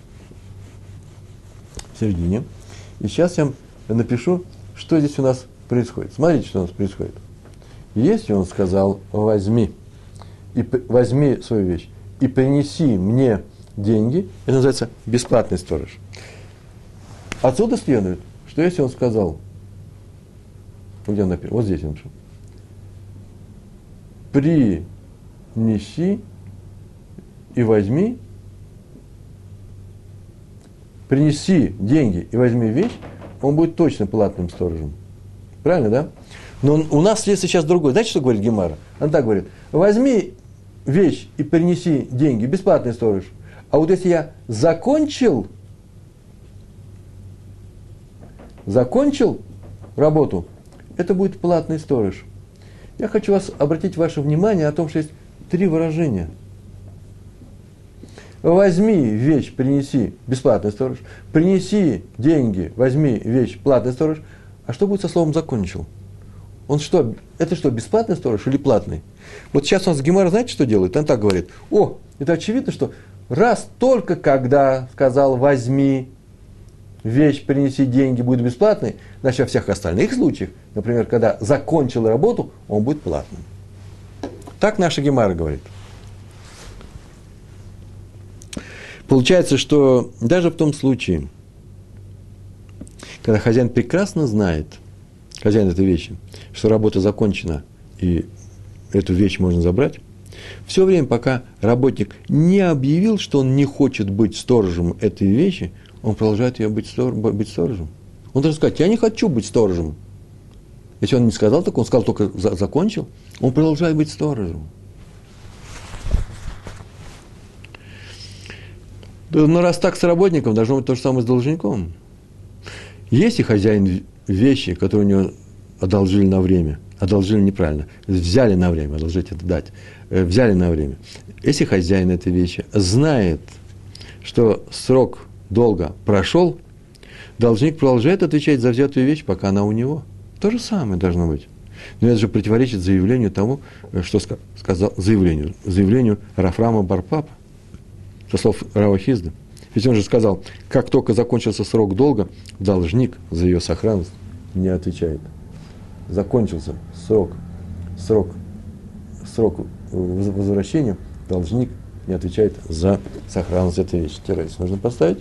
в середине. И сейчас я напишу, что здесь у нас происходит. Смотрите, что у нас происходит. Если он сказал, возьми, и возьми свою вещь и принеси мне деньги, это называется бесплатный сторож. Отсюда следует, что если он сказал, где он написал, вот здесь он написал, принеси и возьми, принеси деньги и возьми вещь, он будет точно платным сторожем. Правильно, да? Но у нас есть сейчас другой. Знаете, что говорит Гемара? Он так говорит, возьми вещь и принеси деньги, бесплатный сторож. А вот если я закончил, закончил работу, это будет платный сторож. Я хочу вас обратить ваше внимание о том, что есть три выражения. Возьми вещь, принеси, бесплатный сторож. Принеси деньги, возьми вещь, платный сторож. А что будет со словом «закончил»? Он что, это что, бесплатный сторож или платный? Вот сейчас у нас Гемара, знаете, что делает? Он так говорит, о, это очевидно, что раз только когда сказал «возьми вещь, принеси деньги», будет бесплатный, значит, во всех остальных случаях, например, когда закончил работу, он будет платным. Так наша Гемара говорит. Получается, что даже в том случае, когда хозяин прекрасно знает, хозяин этой вещи, что работа закончена и эту вещь можно забрать, все время, пока работник не объявил, что он не хочет быть сторожем этой вещи, он продолжает ее быть, стор, быть сторожем. Он должен сказать, я не хочу быть сторожем. Если он не сказал так, он сказал только за, закончил, он продолжает быть сторожем. Но раз так с работником, должно быть то же самое с должником. Если хозяин вещи, которые у него одолжили на время, одолжили неправильно, взяли на время, одолжить это дать, взяли на время. Если хозяин этой вещи знает, что срок долга прошел, должник продолжает отвечать за взятую вещь, пока она у него. То же самое должно быть. Но это же противоречит заявлению тому, что сказал, заявлению, заявлению Рафрама бар-Папа, со слов Рава Хизда. Ведь он же сказал, как только закончился срок долга, должник за ее сохранность не отвечает. Закончился срок, срок, срок возвращения, должник не отвечает за сохранность этой вещи. Террорис нужно поставить.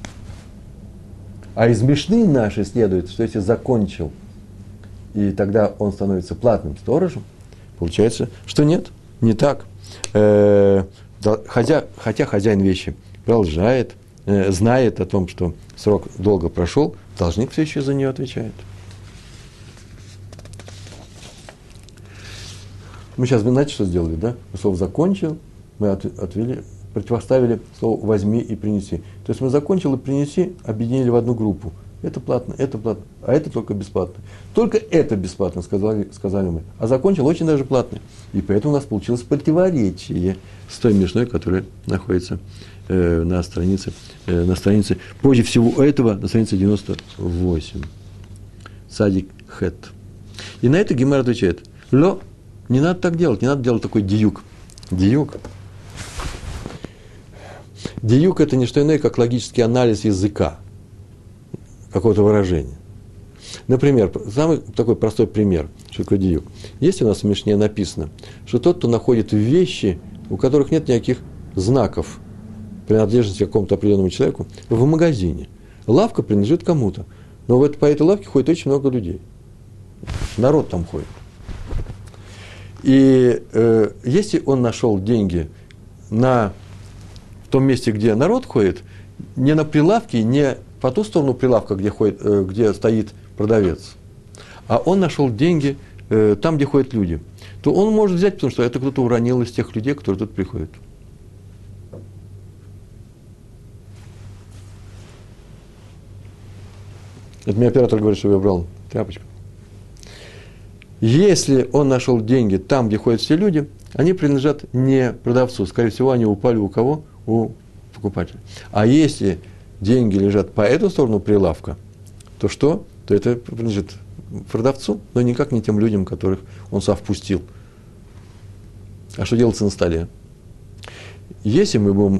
А из Мишны нашей следует, что если закончил, и тогда он становится платным сторожем, получается, что нет, не так. Хотя, хотя хозяин вещи продолжает, э, знает о том, что срок долго прошел, должник все еще за нее отвечает. Мы сейчас, знаете, что сделали, да? Слово «закончил» мы от, отвели, противоставили слово «возьми» и «принеси». То есть мы «закончил» и «принеси» объединили в одну группу. Это платно, это платно, а это только бесплатно. Только это бесплатно, сказали, сказали мы. А закончил очень даже платный. И поэтому у нас получилось противоречие с той Мишной, которая находится э, на странице, э, на странице, позже всего этого, на странице девяносто восемь. Садик Хет. И на это Гемара отвечает, ло, не надо так делать, не надо делать такой диюк. Диюк. Диюк – это не что иное, как логический анализ языка, какого-то выражения. Например, самый такой простой пример, что такое диюк. Есть у нас в Мишне написано, что тот, кто находит вещи, у которых нет никаких знаков принадлежности к какому-то определенному человеку, в магазине. Лавка принадлежит кому-то, но вот по этой лавке ходит очень много людей. Народ там ходит. И э, если он нашел деньги на в том месте, где народ ходит, не на прилавке, не по ту сторону прилавка, где, ходит, э, где стоит продавец, а он нашел деньги э, там, где ходят люди, то он может взять, потому что это кто-то уронил из тех людей, которые тут приходят. Это мне оператор говорит, что я брал тряпочку. Если он нашел деньги там, где ходят все люди, они принадлежат не продавцу. Скорее всего, они упали у кого? У покупателя. А если деньги лежат по эту сторону прилавка, то что? То это принадлежит продавцу, но никак не тем людям, которых он сам впустил. А что делается на столе? если мы будем...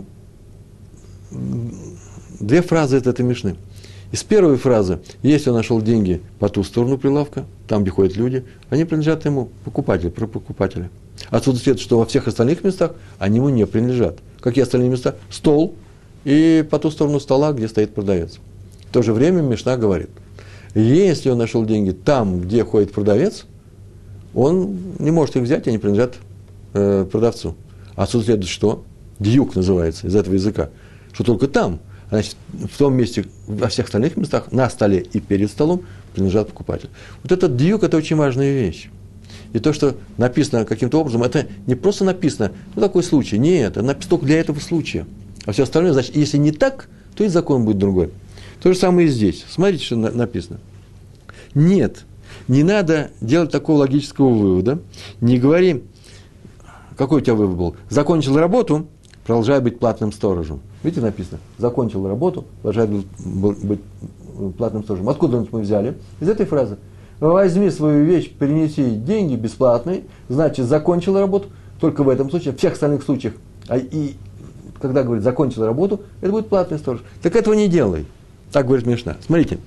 Две фразы от этой Мишны. Из первой фразы, если он нашел деньги по ту сторону прилавка, там, где ходят люди, они принадлежат ему, покупателю, про покупателя. Отсюда следует, что во всех остальных местах они ему не принадлежат. Какие остальные места? Стол и по ту сторону стола, где стоит продавец. В то же время Мишна говорит, если он нашел деньги там, где ходит продавец, он не может их взять, они принадлежат э, продавцу. Отсюда следует, что? Дьюк называется из этого языка, что только там. Значит, в том месте, во всех остальных местах, на столе и перед столом принадлежат покупателю. Вот этот дьюк – это очень важная вещь. И то, что написано каким-то образом, это не просто написано, ну, такой случай. Нет, это написано только для этого случая. А все остальное, значит, если не так, то и закон будет другой. То же самое и здесь. Смотрите, что написано. Нет, не надо делать такого логического вывода. Не говори, какой у тебя вывод был? Закончил работу, продолжай быть платным сторожем. Видите, написано, закончил работу, продолжай быть, быть платным сторожем. Откуда мы взяли? Из этой фразы. Возьми свою вещь, принеси деньги бесплатные, значит, закончил работу, только в этом случае, в всех остальных случаях, а и когда говорит закончил работу, это будет платный сторож. Так этого не делай. Так говорит Мишна. Смотрите.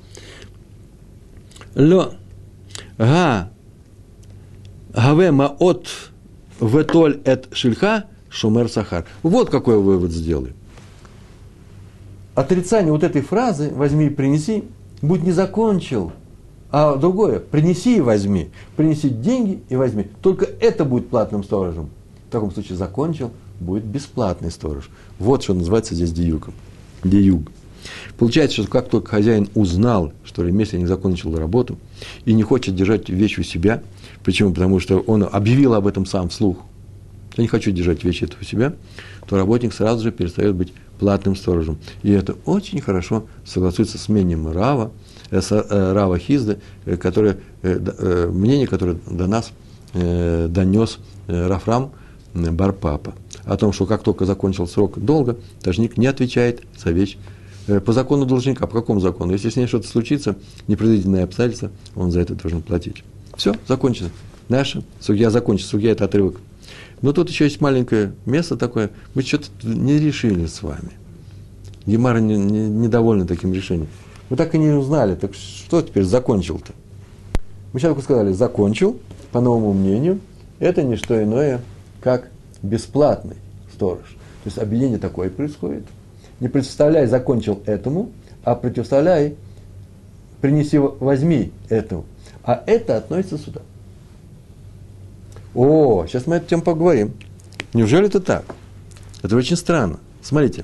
Ло га гаве маот ветоль эт шильха шумер сахар. Вот какой вывод сделай. Отрицание вот этой фразы «возьми и принеси» будет не закончил, а другое «принеси и возьми». Принеси деньги и возьми. Только это будет платным сторожем. В таком случае закончил, будет бесплатный сторож. Вот что называется здесь диюгом. Диюг. Получается, что как только хозяин узнал, что ремесленник закончил работу и не хочет держать вещь у себя, почему? Потому что он объявил об этом сам вслух, я не хочу держать вещи у себя, то работник сразу же перестает быть платным сторожем. И это очень хорошо согласуется с мнением Рава, э, с, э, Рава Хизда, э, которое, э, э, мнение, которое до нас э, донес э, Рафрам э, Бар-Папа, о том, что как только закончил срок долга, должник не отвечает за вещь э, по закону должника. По какому закону? Если с ней что-то случится, непредвиденное обстоятельство, он за это должен платить. Все, закончено. Наша сугья закончится. Сугья – это отрывок. Но тут еще есть маленькое место такое, мы что-то не решили с вами. Гемара не, не, недовольна таким решением. Мы так и не узнали, так что теперь закончил-то? Мы сейчас только сказали, закончил, по новому мнению, это не что иное, как бесплатный сторож. То есть объединение такое происходит. Не представляй, закончил этому, а противоставляй, принеси, возьми этому. А это относится сюда. О, сейчас мы эту тему поговорим. Неужели это так? Это очень странно. Смотрите.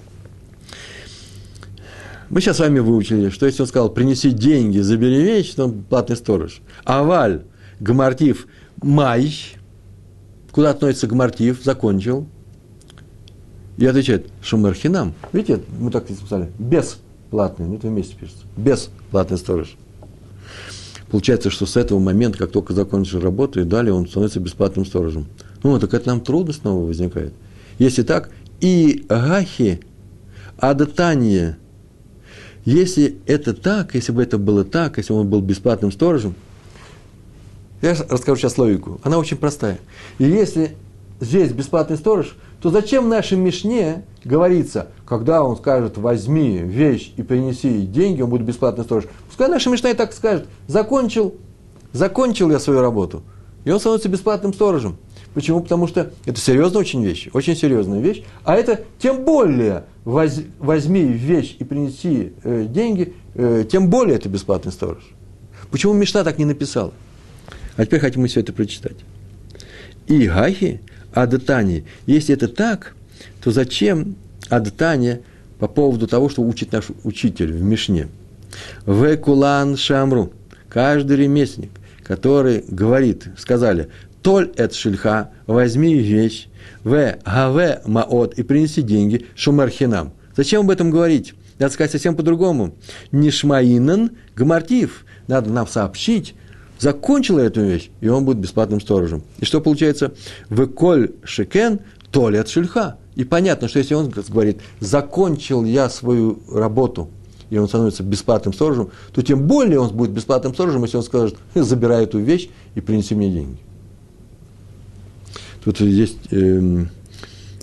Мы сейчас с вами выучили, что если он сказал, принеси деньги, забери вещи, то он платный сторож. Аваль, гамартив, май. Куда относится гамартив? Закончил. И отвечает, шумер хинам. Видите, мы так и сказали. Бесплатный. Ну, это вместе пишется. Бесплатный сторож. Получается, что с этого момента, как только закончил работу, и далее он становится бесплатным сторожем. Ну, так это нам трудность снова возникает. Если так, и гахи, адатание, если это так, если бы это было так, если он был бесплатным сторожем, я расскажу сейчас логику, она очень простая. И если здесь бесплатный сторож, то зачем в нашей Мишне говорится, когда он скажет, возьми вещь и принеси деньги, он будет бесплатный сторож. Пускай наша Мишна и так скажет, закончил, закончил я свою работу, и он становится бесплатным сторожем. Почему? Потому что это серьезная очень вещь, очень серьезная вещь, а это тем более воз, возьми вещь и принеси э, деньги, э, тем более это бесплатный сторож. Почему Мишна так не написала? А теперь хотим мы все это прочитать. И гахи, адатани, если это так, то зачем адатания по поводу того, что учит наш учитель в Мишне? В кулан шамру, каждый ремесленник, который говорит, сказали, толь эт шильха, возьми вещь, в гаве маот, и принеси деньги, шумер хинам. Зачем об этом говорить? Надо сказать совсем по-другому. Нишмаинан гамартив, надо нам сообщить, закончил эту вещь, и он будет бесплатным сторожем. И что получается? В коль шекен, толь эт шильха. И понятно, что если он говорит, закончил я свою работу, и он становится бесплатным сторожем, то тем более он будет бесплатным сторожем, если он скажет, забирай эту вещь и принеси мне деньги. Тут есть э,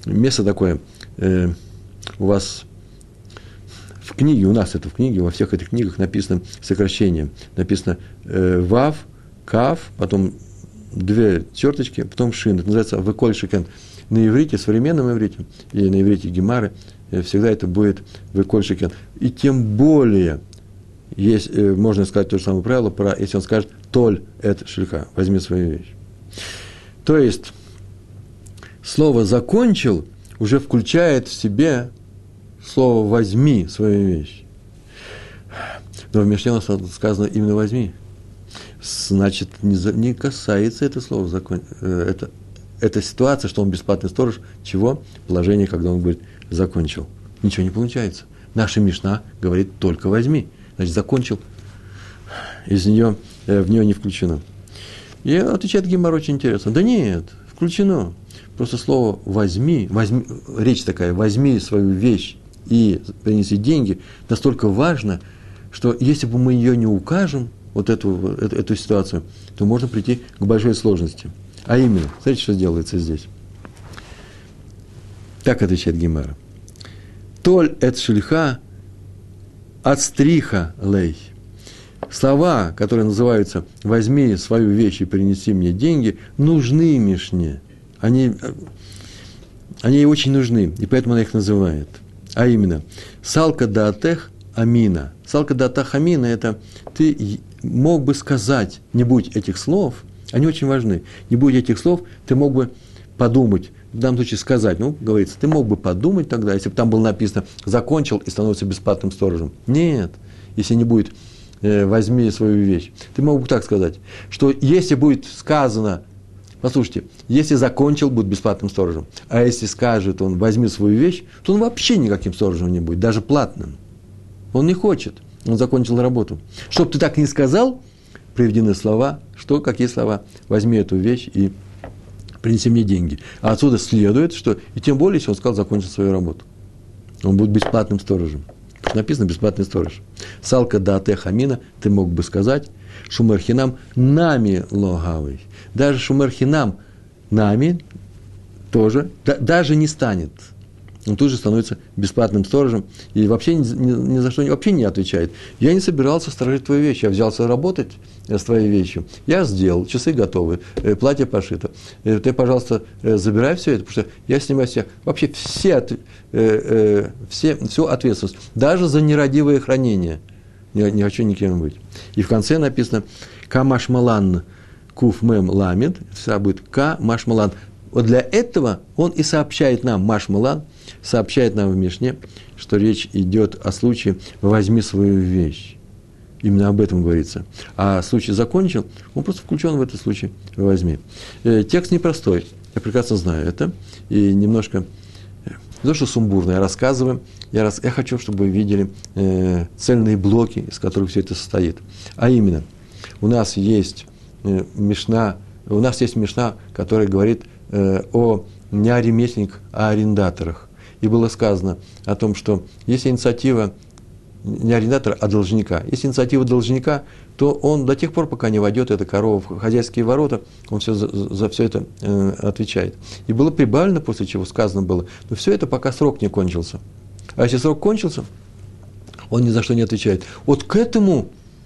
место такое, э, у вас в книге, у нас это в книге, во всех этих книгах написано сокращение. Написано э, вав, кав, потом две черточки, потом шин. Это называется веколь шекен. На иврите, современном иврите, и на иврите гемары, э, всегда это будет веколь шекен. И тем более, есть, э, можно сказать то же самое правило, про, если он скажет толь эт шельха, возьми свою вещь. То есть, слово «закончил» уже включает в себе слово «возьми свою вещь». Но в Мишне у нас сказано именно «возьми». Значит, не, за, не касается это слово закон, э, это, эта ситуация, что он бесплатный сторож, чего? Положение, когда он говорит «закончил». Ничего не получается. Наша Мишна говорит только «возьми». Значит, «закончил», из нее, э, в нее не включено. И отвечает Гемара очень интересно. Да нет, включено. Просто слово «возьми», возьми, речь такая, «возьми свою вещь и принеси деньги», настолько важно, что если бы мы ее не укажем, вот эту, эту, эту ситуацию, то можно прийти к большой сложности. А именно, смотрите, что делается здесь. Так отвечает Гемара. «Толь эт шельха от стриха лей». Слова, которые называются «возьми свою вещь и принеси мне деньги», нужны Мишне. Они, они очень нужны, и поэтому она их называет. А именно, «салка даатех амина». «Салка даатех амина» – это ты мог бы сказать, не будь этих слов, они очень важны, не будь этих слов, ты мог бы подумать, в данном случае сказать, ну, говорится, ты мог бы подумать тогда, если бы там было написано «закончил» и становится бесплатным сторожем. Нет, если не будет «возьми свою вещь». Ты мог бы так сказать, что если будет сказано, послушайте, если закончил, будет бесплатным сторожем, а если скажет он «возьми свою вещь», то он вообще никаким сторожем не будет, даже платным. Он не хочет, он закончил работу. Чтоб ты так не сказал, приведены слова, что, какие слова? «Возьми эту вещь и принеси мне деньги». А отсюда следует, что, и тем более, если он сказал «закончил свою работу», он будет бесплатным сторожем. Написано «бесплатный сторож». «Салка даатех амина», ты мог бы сказать, «шумер хинам нами логавый». Даже шумер хинам нами тоже, да, даже не станет. Он тут же становится бесплатным сторожем и вообще ни, ни, ни за что вообще не отвечает. Я не собирался сторожить твою вещь, я взялся работать с твоей вещью. Я сделал, часы готовы, платье пошито. Ты, пожалуйста, забирай все это, потому что я снимаю с себя вообще все, все, всю ответственность, даже за нерадивое хранение. Не, не хочу никем быть. И в конце написано «Камашмалан куф мем ламид», всегда будет «Камашмалан». Вот для этого он и сообщает нам, Машмалан, сообщает нам в Мишне, что речь идет о случае «возьми свою вещь». Именно об этом говорится. А случай закончил, он просто включен в этот случай «возьми». Э, текст непростой, я прекрасно знаю это, и немножко, не то что сумбурно, я рассказываю, я, рас, я хочу, чтобы вы видели э, цельные блоки, из которых все это состоит. А именно, у нас есть э, Мишна, у нас есть Мишна, которая говорит о не о ремесленниках, а о арендаторах. И было сказано о том, что если инициатива не арендатора, а должника, если инициатива должника, то он до тех пор, пока не войдет эта корова в хозяйские ворота, он все за, за все это э, отвечает. И было прибавлено, после чего сказано было, но все это пока срок не кончился. А если срок кончился, он ни за что не отвечает. Вот к этому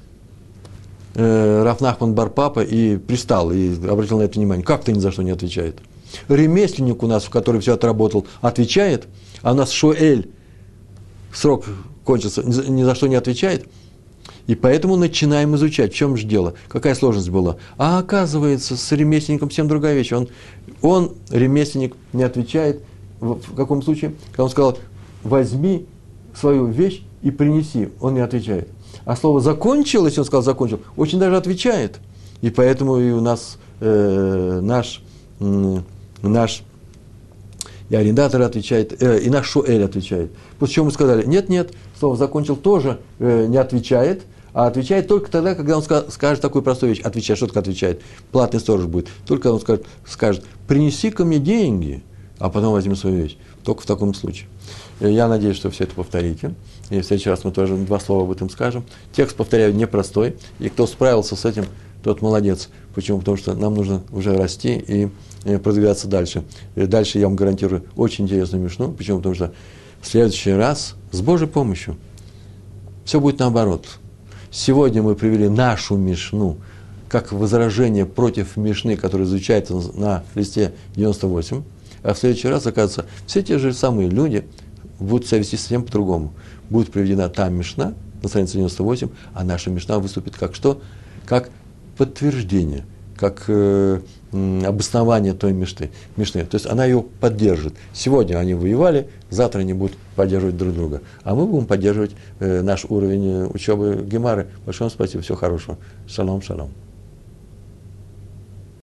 э, Рав Нахман бар Папа и пристал, и обратил на это внимание. Как-то ни за что не отвечает. Ремесленник у нас, в который все отработал, отвечает, а у нас Шоэль, срок кончился, ни за что не отвечает. И поэтому начинаем изучать, в чем же дело, какая сложность была. А оказывается, с ремесленником всем другая вещь. Он, он ремесленник, не отвечает. В, в каком случае? Когда он сказал, возьми свою вещь и принеси, он не отвечает. А слово «закончил», если он сказал «закончил», очень даже отвечает. И поэтому и у нас э, наш... Э, наш и арендатор отвечает, э, и наш Шуэль отвечает. После чего мы сказали, нет-нет, слово «закончил» тоже э, не отвечает, а отвечает только тогда, когда он ска- скажет такую простую вещь. Отвечает, что такое отвечает? Платный сторож будет. Только когда он скажет, скажет принеси-ка мне деньги, а потом возьми свою вещь. Только в таком случае. Я надеюсь, что все это повторите. И в следующий раз мы тоже два слова об этом скажем. Текст, повторяю, непростой. И кто справился с этим, тот молодец. Почему? Потому что нам нужно уже расти и продвигаться дальше. И дальше я вам гарантирую очень интересную мишну. Почему? Потому что в следующий раз с Божьей помощью все будет наоборот. Сегодня мы привели нашу мишну как возражение против мишны, которая изучается на листе девяносто восемь, а в следующий раз, оказывается, все те же самые люди будут себя вести совсем по-другому. Будет приведена та мишна на странице девяносто восемь, а наша мишна выступит как что? Как подтверждение, как э, обоснование той мишны, мишны. То есть она ее поддержит. Сегодня они воевали, завтра они будут поддерживать друг друга. А мы будем поддерживать э, наш уровень учебы Гемары. Большое вам спасибо, всего хорошего. Шалом, шалом.